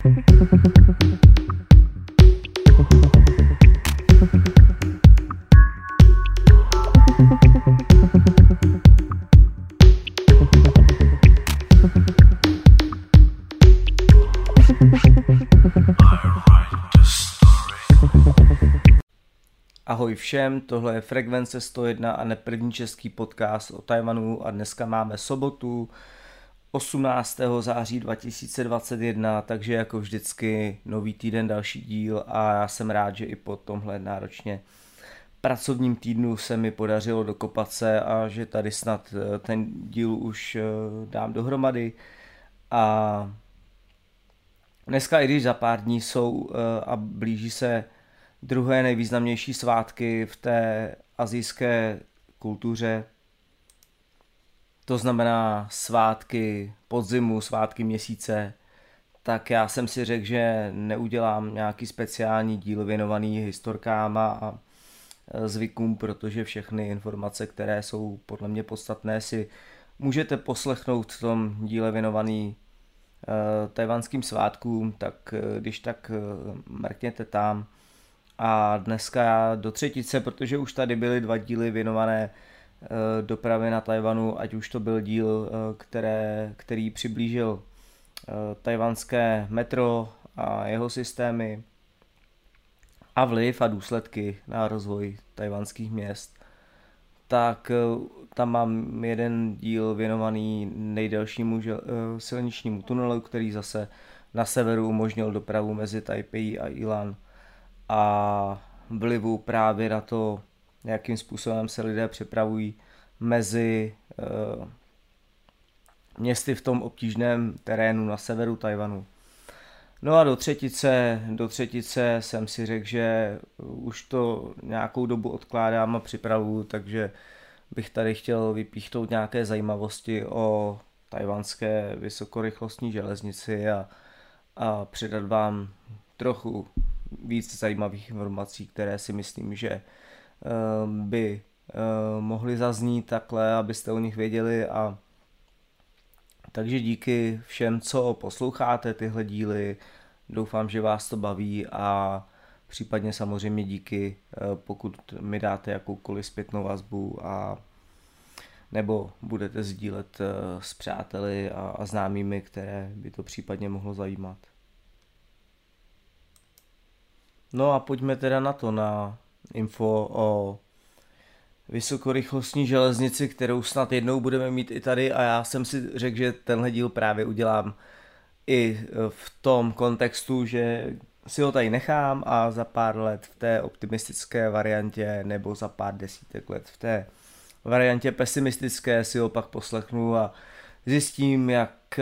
Ahoj všem, tohle je Frekvence 101 a neprvní český podcast o Tchaj-wanu a dneska máme sobotu 18. září 2021, takže jako vždycky nový týden, další díl a já jsem rád, že i po tomhle náročně pracovním týdnu se mi podařilo dokopat se a že tady snad ten díl už dám dohromady. A dneska, i když za pár dní jsou a blíží se druhé nejvýznamnější svátky v té asijské kultuře, to znamená svátky podzimu, svátky měsíce, tak já jsem si řekl, že neudělám nějaký speciální díl věnovaný historkám a zvykům, protože všechny informace, které jsou podle mě podstatné, si můžete poslechnout v tom díle věnovaný tchaj-wanským svátkům, tak když tak mrkněte tam. A dneska do třetice, protože už tady byly 2 díly věnované dopravě na Tchaj-wanu, ať už to byl díl, který přiblížil tchaj-wanské metro a jeho systémy a vliv a důsledky na rozvoj tchaj-wanských měst, tak tam mám jeden díl věnovaný nejdelšímu silničnímu tunelu, který zase na severu umožnil dopravu mezi Taipei a Ilan a vlivu právě na to, jakým způsobem se lidé přepravují mezi městy v tom obtížném terénu na severu Tchaj-wanu. No a do třetice jsem si řekl, že už to nějakou dobu odkládám a připravuju, takže bych tady chtěl vypíchnout nějaké zajímavosti o tchaj-wanské vysokorychlostní železnici a předat vám trochu víc zajímavých informací, které si myslím, že by mohly zaznít takhle, abyste o nich věděli. A takže díky všem, co posloucháte tyhle díly, doufám, že vás to baví a případně samozřejmě díky, pokud mi dáte jakoukoliv zpětnou vazbu a nebo budete sdílet s přáteli a známými, které by to případně mohlo zajímat. No a pojďme teda na info o vysokorychlostní železnici, kterou snad jednou budeme mít i tady, a já jsem si řekl, že tenhle díl právě udělám i v tom kontextu, že si ho tady nechám a za pár let v té optimistické variantě nebo za pár desítek let v té variantě pesimistické si ho pak poslechnu a zjistím, jak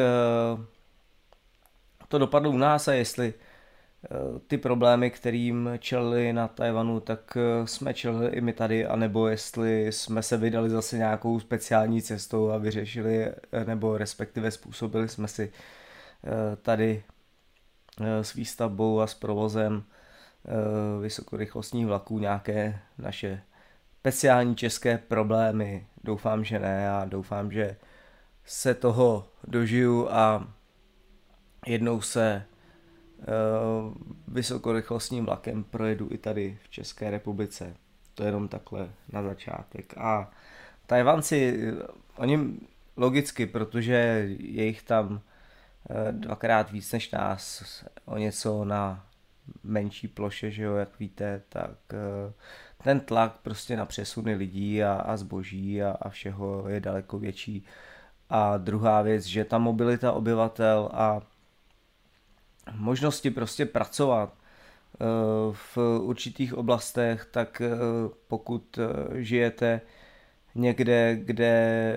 to dopadlo u nás a jestli ty problémy, kterým čelili na Tchaj-wanu, tak jsme čelili i my tady, anebo jestli jsme se vydali zase nějakou speciální cestou a vyřešili, nebo respektive způsobili jsme si tady s výstavbou a s provozem vysokorychlostních vlaků nějaké naše speciální české problémy. Doufám, že ne a doufám, že se toho dožiju a jednou se vysokorychlostním vlakem projedu i tady v České republice. To je jenom takhle na začátek. A Tchaj-wanci, oni logicky, protože je jich tam 2x víc než nás, o něco na menší ploše, že jo, jak víte, tak ten tlak prostě na přesuny lidí a zboží a všeho je daleko větší. A druhá věc, že ta mobilita obyvatel a možnosti prostě pracovat v určitých oblastech, tak pokud žijete někde, kde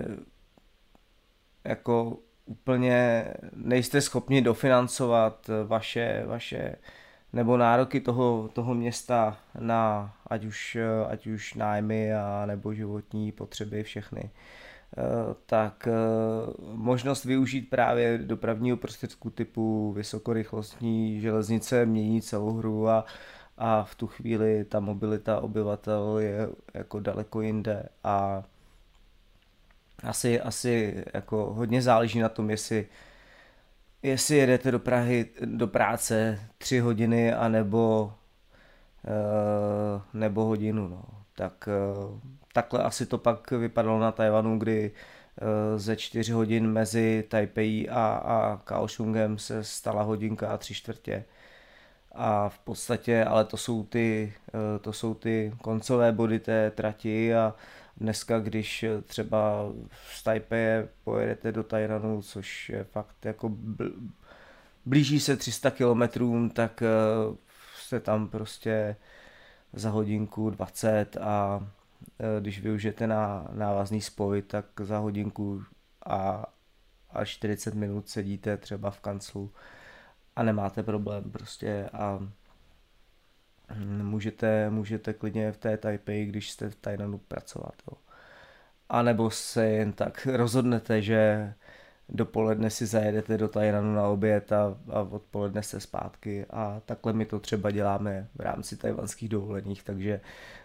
jako úplně nejste schopni dofinancovat vaše nebo nároky toho města na ať už nájmy a nebo životní potřeby všechny, tak možnost využít právě dopravního prostředku typu vysokorychlostní železnice mění celou hru a v tu chvíli ta mobilita obyvatel je jako daleko jinde a asi jako hodně záleží na tom, jestli jedete do Prahy do práce 3 hodiny nebo hodinu, no. Tak takhle asi to pak vypadalo na Tajvanu, kdy ze 4 hodin mezi Taipei a Kaohsiungem se stala hodinka a 3/4. A v podstatě, ale to jsou ty koncové body té trati a dneska, když třeba z Taipeje pojedete do Tajranu, což je fakt jako blíží se 300 kilometrům, tak jste tam prostě za hodinku 20 a když využijete na návazný spoj, tak za hodinku a 40 minut sedíte třeba v kanclu a nemáte problém prostě a můžete klidně v té Taipei, když jste v Tajnanu pracovat. Jo. A nebo se jen tak rozhodnete, že dopoledne si zajedete do Tajnanu na oběd a odpoledne jste zpátky a takhle my to třeba děláme v rámci tajvanských dovolených, takže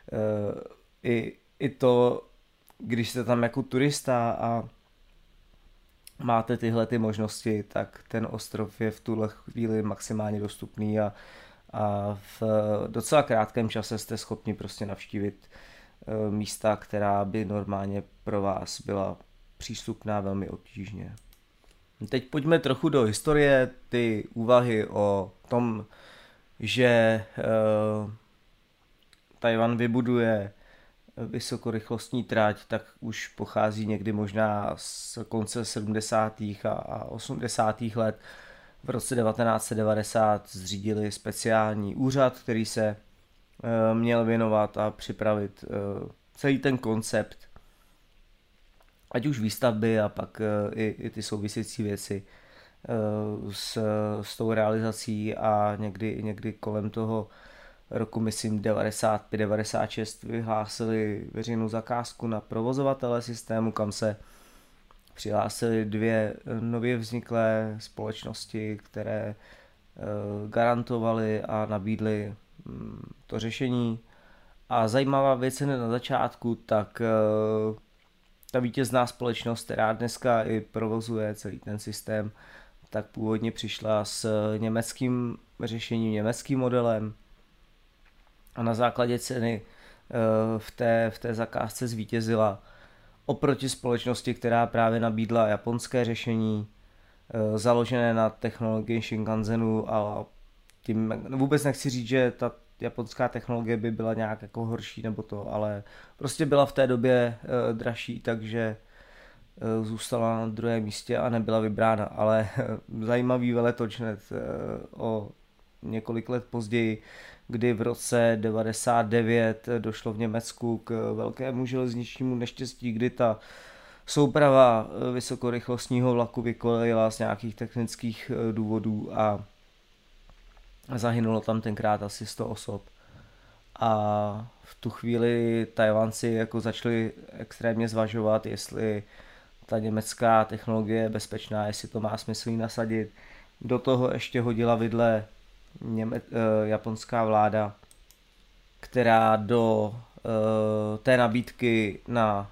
i to, když jste tam jako turista a máte tyhle ty možnosti, tak ten ostrov je v tuhle chvíli maximálně dostupný a v docela krátkém čase jste schopni prostě navštívit místa, která by normálně pro vás byla přístupná velmi obtížně. Teď pojďme trochu do historie, ty úvahy o tom, že Tajvan vybuduje vysokorychlostní trať, tak už pochází někdy možná z konce 70. a 80. let. V roce 1990 zřídili speciální úřad, který se měl věnovat a připravit celý ten koncept, ať už výstavby a pak i ty související věci s tou realizací a někdy kolem toho roku, myslím 95-96 vyhlásili veřejnou zakázku na provozovatele systému, kam se přihlásili 2 nově vzniklé společnosti, které garantovaly a nabídly to řešení. A zajímavá věc je na začátku, tak ta vítězná společnost, která dneska i provozuje celý ten systém, tak původně přišla s německým řešením, německým modelem a na základě ceny v té zakázce zvítězila oproti společnosti, která právě nabídla japonské řešení založené na technologii Shinkanzenu a tím vůbec nechci říct, že ta japonská technologie by byla nějak jako horší nebo to, ale prostě byla v té době dražší, takže zůstala na druhém místě a nebyla vybrána, ale zajímavý veletoč hned o několik let později, kdy v roce 99 došlo v Německu k velkému železničnímu neštěstí, kdy ta souprava vysokorychlostního vlaku vykolejila z nějakých technických důvodů a zahynulo tam tenkrát asi 100 osob. A v tu chvíli Tajvanci jako začali extrémně zvažovat, jestli ta německá technologie je bezpečná, jestli to má smysl jí nasadit. Do toho ještě hodila vidle japonská vláda, která do té nabídky na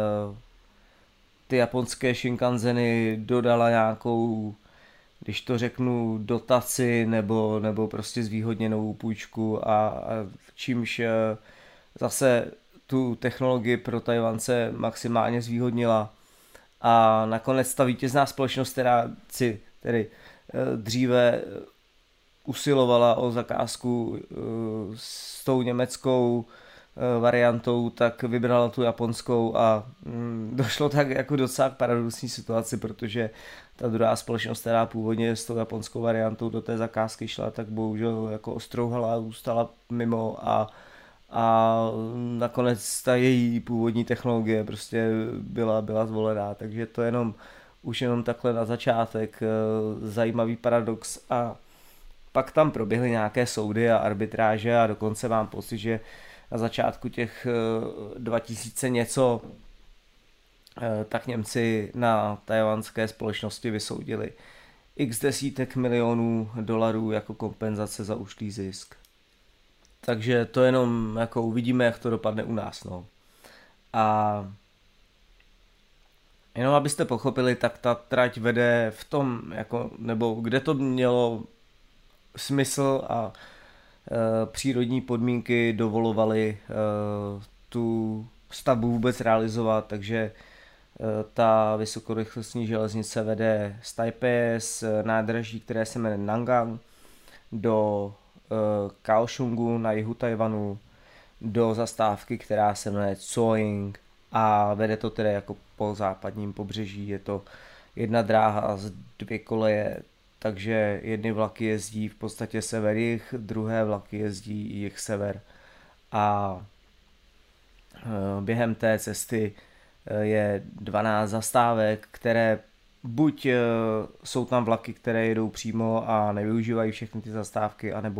ty japonské Shinkanzeny dodala nějakou, když to řeknu, dotaci nebo prostě zvýhodněnou půjčku a čímž zase tu technologii pro Tajvance maximálně zvýhodnila. A nakonec ta vítězná společnost, která si tedy dříve usilovala o zakázku s tou německou variantou, tak vybrala tu japonskou a došlo tak jako docela k paradoxní situaci, protože ta druhá společnost, která původně s tou japonskou variantou do té zakázky šla, tak bohužel jako ostrouhala, zůstala mimo a nakonec ta její původní technologie prostě byla zvolená, takže to už jenom takhle na začátek zajímavý paradox a pak tam proběhly nějaké soudy a arbitráže a dokonce mám pocit, že na začátku těch 2000 něco tak Němci na tajvanské společnosti vysoudili x desítek milionů dolarů jako kompenzace za ušlý zisk. Takže to jenom jako uvidíme, jak to dopadne u nás. No. A Jenom abyste pochopili, tak ta trať vede v tom, jako, nebo kde to mělo smysl a přírodní podmínky dovolovaly tu stavbu vůbec realizovat, takže ta vysokorychlostní železnice vede z Taipei z nádraží, které se jmenuje Nangang, do Kaohsiungu na jihu Tajvanu, do zastávky, která se jmenuje Zuoying, a vede to tedy jako po západním pobřeží. Je to jedna dráha z 2 koleje, takže jedny vlaky jezdí v podstatě sever-jih, druhé vlaky jezdí jih-sever, a během té cesty je 12 zastávek, které buď jsou tam vlaky, které jedou přímo a nevyužívají všechny ty zastávky, anebo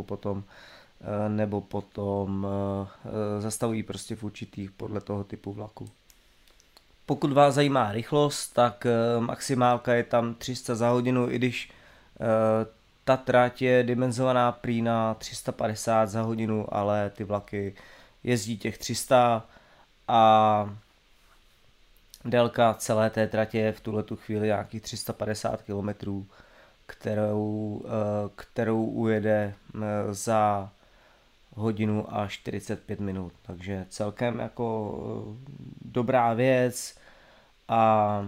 potom zastavují prostě v určitých podle toho typu vlaku. Pokud vás zajímá rychlost, tak maximálka je tam 300 za hodinu, i když ta trať je dimenzovaná prý na 350 za hodinu, ale ty vlaky jezdí těch 300 a délka celé té tratě je v tuhletu chvíli nějakých 350 km, kterou ujede za hodinu a 45 minut. Takže celkem jako dobrá věc, a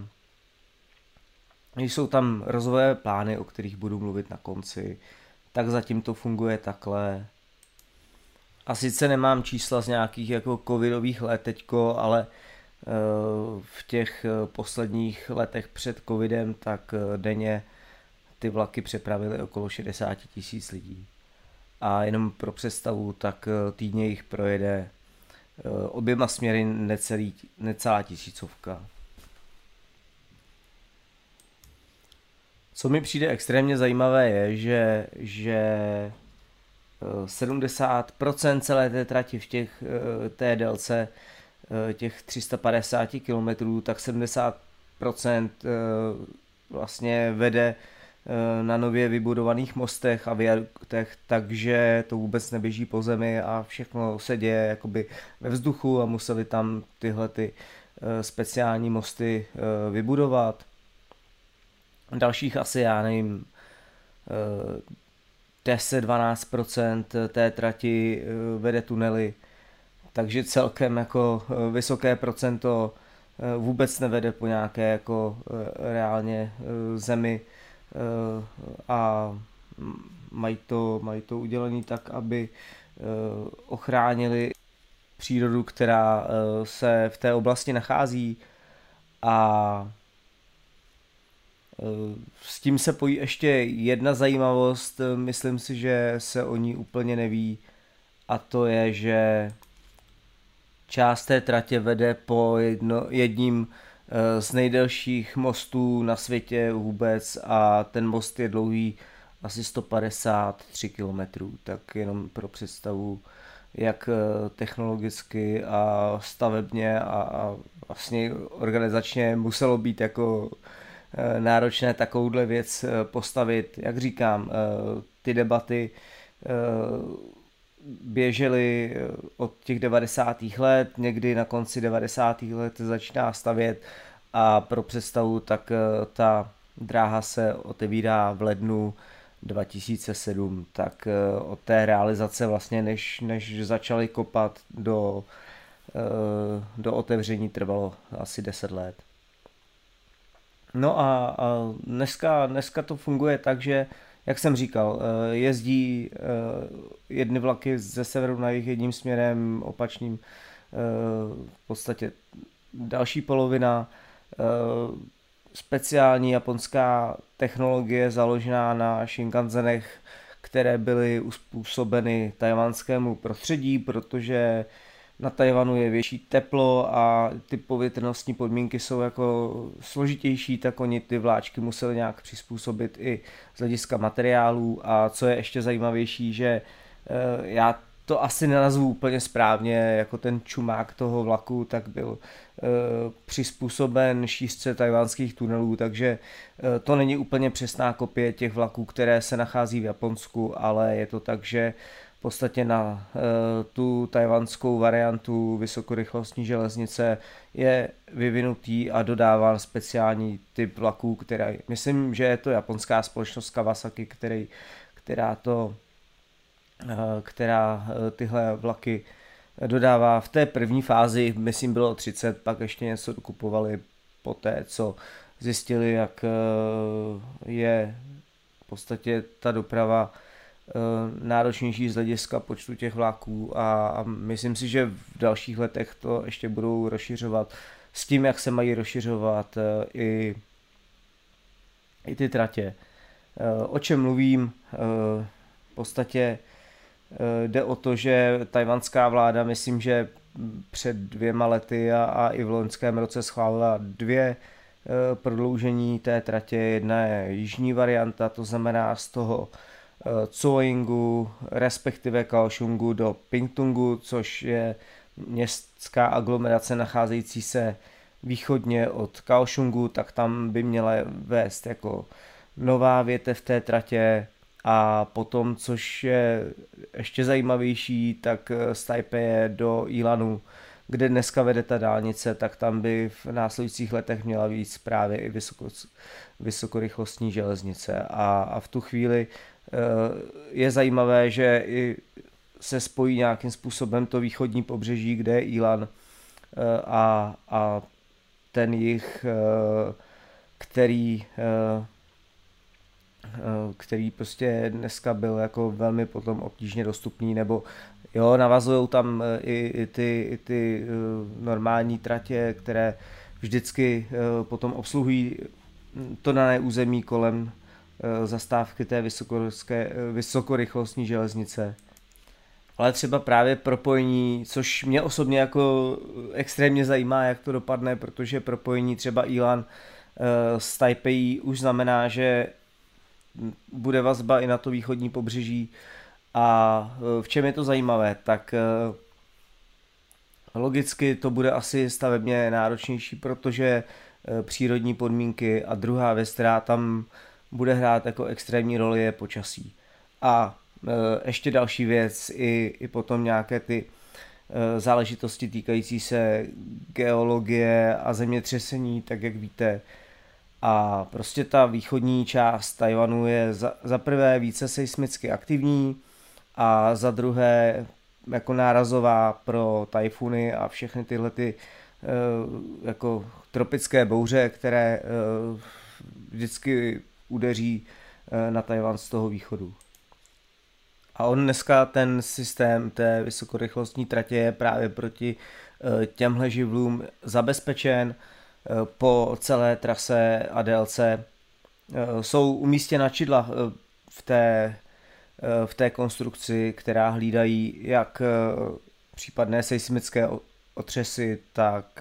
jsou tam rozvojové plány, o kterých budu mluvit na konci, tak zatím to funguje takhle. A sice nemám čísla z nějakých jako covidových let teďko, ale v těch posledních letech před covidem tak denně ty vlaky přepravily okolo 60 000 lidí. A jenom pro představu, tak týdně jich projede oběma směry necelá tisícovka. Co mi přijde extrémně zajímavé je, že 70% celé té trati v té délce těch 350 km, tak 70% vlastně vede na nově vybudovaných mostech a viaduktech, takže to vůbec neběží po zemi a všechno se děje jakoby ve vzduchu a museli tam tyhle speciální mosty vybudovat. Dalších asi, já nevím, 10-12% té trati vede tunely, takže celkem jako vysoké procento vůbec nevede po nějaké jako reálně zemi, a mají to udělané tak, aby ochránili přírodu, která se v té oblasti nachází, a s tím se pojí ještě jedna zajímavost, myslím si, že se o ní úplně neví, a to je, že část té tratě vede po jedním z nejdelších mostů na světě vůbec, a ten most je dlouhý asi 153 km, tak jenom pro představu, jak technologicky a stavebně a vlastně organizačně muselo být jako náročné takovouhle věc postavit. Jak říkám, ty debaty běžely od těch 90. let, někdy na konci 90. let začíná stavět, a pro představu, tak ta dráha se otevírá v lednu 2007, tak od té realizace vlastně, než začali kopat do otevření, trvalo asi 10 let. No a dneska to funguje tak, že, jak jsem říkal, jezdí jedny vlaky ze severu na jih jedním směrem, opačným v podstatě další polovina. Speciální japonská technologie založená na Shinkansenech, které byly uspůsobeny tajvanskému prostředí, protože na Tajvanu je větší teplo a ty povětrnostní podmínky jsou jako složitější, tak oni ty vláčky museli nějak přizpůsobit i z hlediska materiálů. A co je ještě zajímavější, že já to asi nenazvu úplně správně, jako ten čumák toho vlaku, tak byl přizpůsoben šířce tajvanských tunelů, takže to není úplně přesná kopie těch vlaků, které se nachází v Japonsku, ale je to tak, že v podstatě na tu tajvanskou variantu vysokorychlostní železnice je vyvinutý a dodáván speciální typ vlaků, který, myslím, že je to japonská společnost Kawasaki, která tyhle vlaky dodává. V té první fázi, myslím, bylo 30, pak ještě něco dokupovali po té, co zjistili, jak je v podstatě ta doprava náročnější z hlediska počtu těch vlaků a myslím si, že v dalších letech to ještě budou rozšiřovat s tím, jak se mají rozšiřovat i ty tratě. O čem mluvím? V podstatě jde o to, že tajvanská vláda, myslím, že před 2 lety a i v loňském roce schválila 2 prodloužení té tratě. Jedna je jižní varianta, to znamená z toho Zhuoyingu, respektive Kaohsiungu do Pingtungu, což je městská aglomerace nacházející se východně od Kaohsiungu, tak tam by měla vést jako nová větev té tratě a potom, což je ještě zajímavější, tak z Tajpeje do Yilanu, kde dneska vede ta dálnice, tak tam by v následujících letech měla víc právě i vysokorychlostní železnice a v tu chvíli je zajímavé, že i se spojí nějakým způsobem to východní pobřeží, kde je Yilan a ten jih, který prostě dneska byl jako velmi potom obtížně dostupný, nebo jo, navazujou tam i ty normální tratě, které vždycky potom obsluhují to dané území kolem zastávky té vysokorychlostní železnice. Ale třeba právě propojení, což mě osobně jako extrémně zajímá, jak to dopadne, protože propojení třeba Yilan s Taipei už znamená, že bude vazba i na to východní pobřeží. A v čem je to zajímavé? Tak logicky to bude asi stavebně náročnější, protože přírodní podmínky a druhá věc, která tam bude hrát jako extrémní roli, je počasí. A ještě další věc, i potom nějaké ty záležitosti týkající se geologie a zemětřesení, tak jak víte. A prostě ta východní část Tajvanu je za prvé více seismicky aktivní a za druhé jako nárazová pro tajfuny a všechny tyhle ty jako tropické bouře, které vždycky udeří na Tajvan z toho východu. A on dneska ten systém té vysokorychlostní tratě je právě proti těmhle živlům zabezpečen. Po celé trase a délce jsou umístěna čidla v té konstrukci, která hlídají jak případné seismické otřesy, tak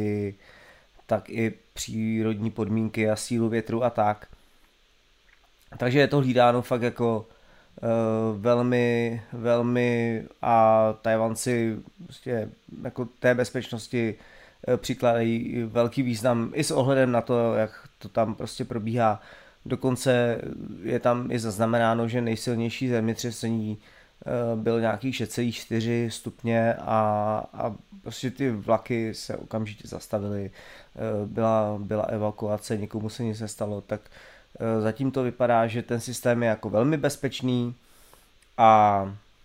i přírodní podmínky a sílu větru a tak. Takže je to hlídáno fakt jako velmi, velmi a Tajvanci prostě jako té bezpečnosti přikládají velký význam i s ohledem na to, jak to tam prostě probíhá. Dokonce je tam i zaznamenáno, že nejsilnější zemětřesení byl nějakých 6,4 stupně a prostě ty vlaky se okamžitě zastavily, byla evakuace, nikomu se nic nestalo, tak zatím to vypadá, že ten systém je jako velmi bezpečný a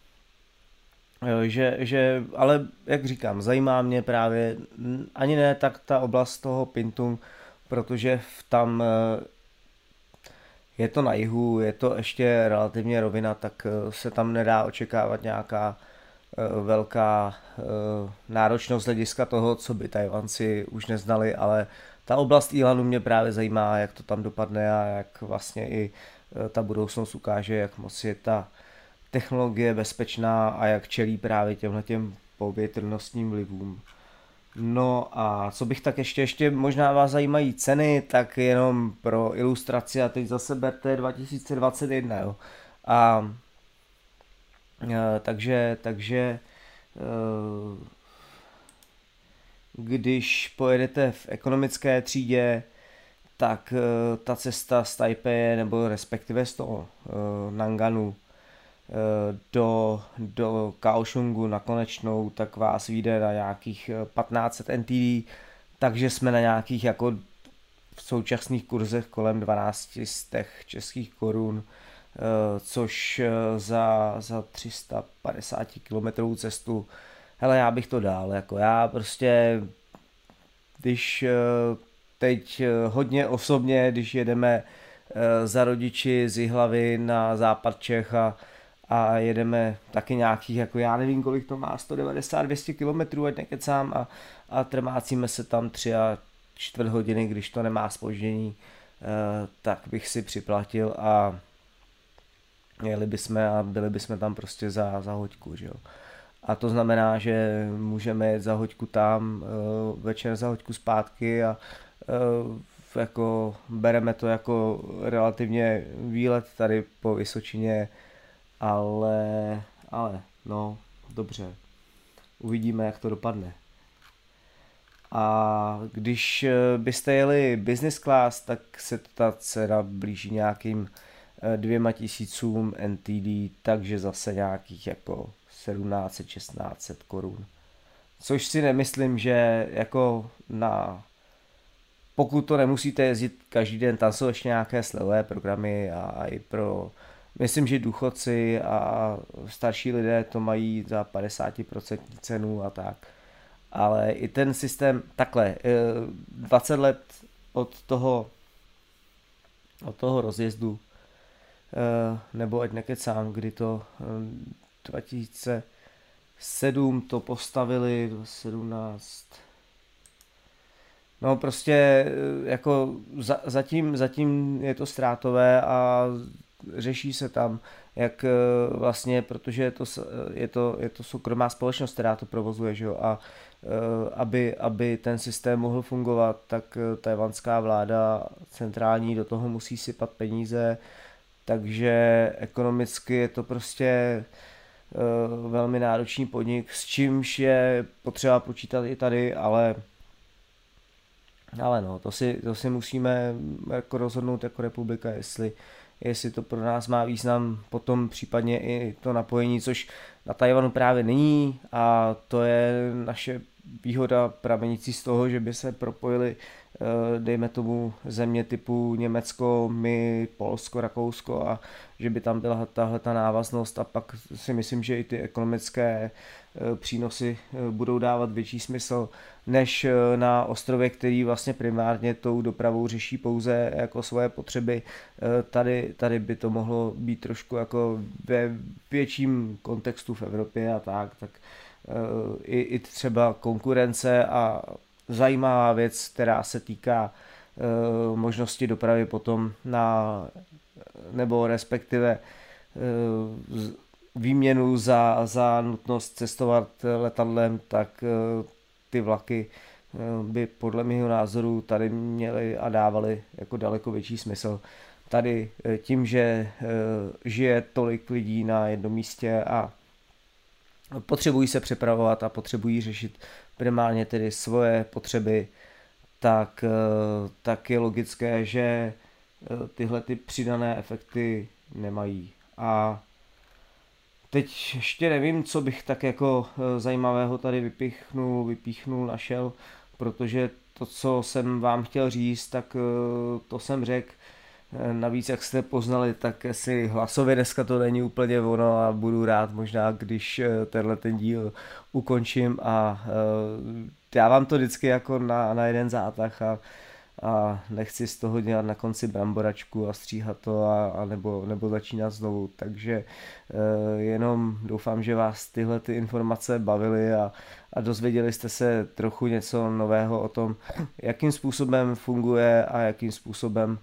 ale jak říkám, zajímá mě právě ani ne tak ta oblast toho Pingtung, protože tam je to na jihu, je to ještě relativně rovina, tak se tam nedá očekávat nějaká velká náročnost z hlediska toho, co by Tajvanci už neznali, ale ta oblast Yilanu mě právě zajímá, jak to tam dopadne a jak vlastně i ta budoucnost ukáže, jak moc je ta technologie bezpečná a jak čelí právě těmhletěm povětrnostním vlivům. No a co bych tak ještě možná vás zajímají ceny, tak jenom pro ilustraci a teď zase berte 2021, jo. Takže když pojedete v ekonomické třídě, tak ta cesta z Taipeje nebo respektive z toho Nanganu do Kaohsiungu na konečnou, tak vás vyjde na nějakých 1500 NTD, takže jsme na nějakých jako v současných kurzech kolem 1200 českých korun, což za 350 kilometrovou cestu, hele, já bych to dal, jako já prostě, když teď hodně osobně, když jedeme za rodiči z Jihlavy na západ Čech a jedeme taky nějakých, jako já nevím, kolik to má, 190-200 kilometrů, ať nekecám, a trmácíme se tam 3,25 hodiny, když to nemá zpoždění, tak bych si připlatil a jeli bychom a byli bychom tam prostě za hoďku, že jo. A to znamená, že můžeme jet za hoďku tam, večer za hoďku zpátky a jako bereme to jako relativně výlet tady po Vysočině, ale no, dobře, uvidíme, jak to dopadne. A když byste jeli business class, tak se ta cena blíží nějakým 2000 NTD, takže zase nějakých jako 1700-1600 korun. Což si nemyslím, že jako pokud to nemusíte jezdit každý den, tam jsou ještě nějaké slevové programy a i pro, myslím, že důchodci a starší lidé to mají za 50% cenu a tak. Ale i ten systém, takhle, 20 let od toho rozjezdu, nebo ať nekecám, kdy to 2007 to postavili, 17. No prostě jako zatím je to ztrátové a řeší se tam, jak vlastně, protože je to soukromá společnost, která to provozuje, že jo, a aby ten systém mohl fungovat, tak tchajwanská vláda centrální do toho musí sypat peníze, takže ekonomicky je to prostě velmi náročný podnik, s čímž je potřeba počítat i tady, ale no, to si musíme jako rozhodnout jako republika, jestli to pro nás má význam, potom případně i to napojení, což na Tchajwanu právě není, a to je naše výhoda pramenící z toho, že by se propojili, dejme tomu, země typu Německo, my, Polsko, Rakousko, a že by tam byla tahleta návaznost, a pak si myslím, že i ty ekonomické přínosy budou dávat větší smysl než na ostrově, který vlastně primárně tou dopravou řeší pouze jako svoje potřeby. Tady by to mohlo být trošku jako ve větším kontextu v Evropě a tak i třeba konkurence a zajímavá věc, která se týká možnosti dopravy potom nebo respektive výměnu za nutnost cestovat letadlem, tak ty vlaky by podle mého názoru tady měly a dávaly jako daleko větší smysl. Tady tím, že žije tolik lidí na jednom místě a potřebují se přepravovat a potřebují řešit primárně tedy svoje potřeby, tak je logické, že tyhle ty přidané efekty nemají. A teď ještě nevím, co bych tak jako zajímavého tady vypíchnul, našel, protože to, co jsem vám chtěl říct, tak to jsem řekl. Navíc, jak jste poznali, tak asi hlasově dneska to není úplně ono a budu rád možná, když ten díl ukončím a dávám to vždycky jako na jeden zátah a nechci z toho dělat na konci bramboračku a stříhat to nebo začínat znovu, takže jenom doufám, že vás tyhle ty informace bavily a dozvěděli jste se trochu něco nového o tom, jakým způsobem funguje a jakým způsobem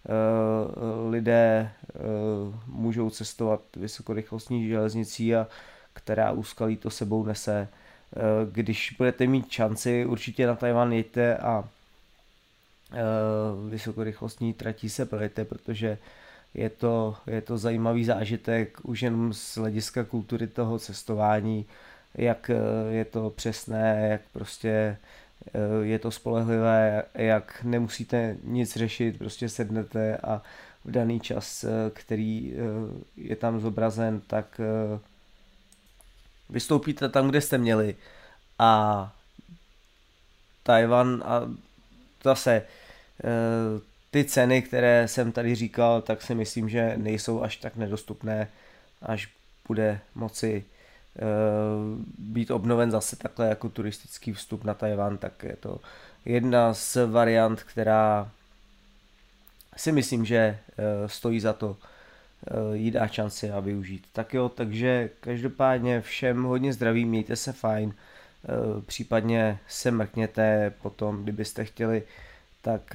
lidé můžou cestovat vysokorychlostní železnicí a která úskalí to sebou nese. Když budete mít šanci, určitě na Tchajwan jeďte a vysokorychlostní tratí se projete, protože je to zajímavý zážitek už jen z hlediska kultury toho cestování, jak je to přesné, jak prostě je to spolehlivé, jak nemusíte nic řešit, prostě sednete a v daný čas, který je tam zobrazen, tak vystoupíte tam, kde jste měli. A Tchaj-wan a zase ty ceny, které jsem tady říkal, tak si myslím, že nejsou až tak nedostupné, až bude moci být obnoven zase takhle jako turistický vstup na Tchaj-wan, tak je to jedna z variant, která si myslím, že stojí za to jí dát šanci a využít. Tak jo, takže každopádně všem hodně zdraví, mějte se fajn, případně se mrkněte potom, kdybyste chtěli, tak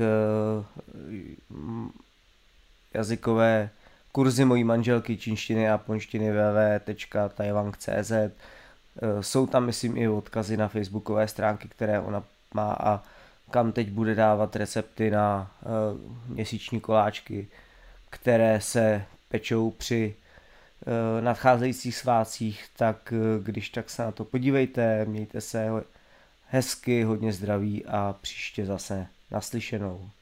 jazykové kurzy mojí manželky čínštiny a japonštiny www.taiwan.cz. Jsou tam, myslím, i odkazy na facebookové stránky, které ona má a kam teď bude dávat recepty na měsíční koláčky, které se pečou při nadcházejících svátcích, tak když tak se na to podívejte, mějte se hezky, hodně zdraví a příště zase naslyšenou.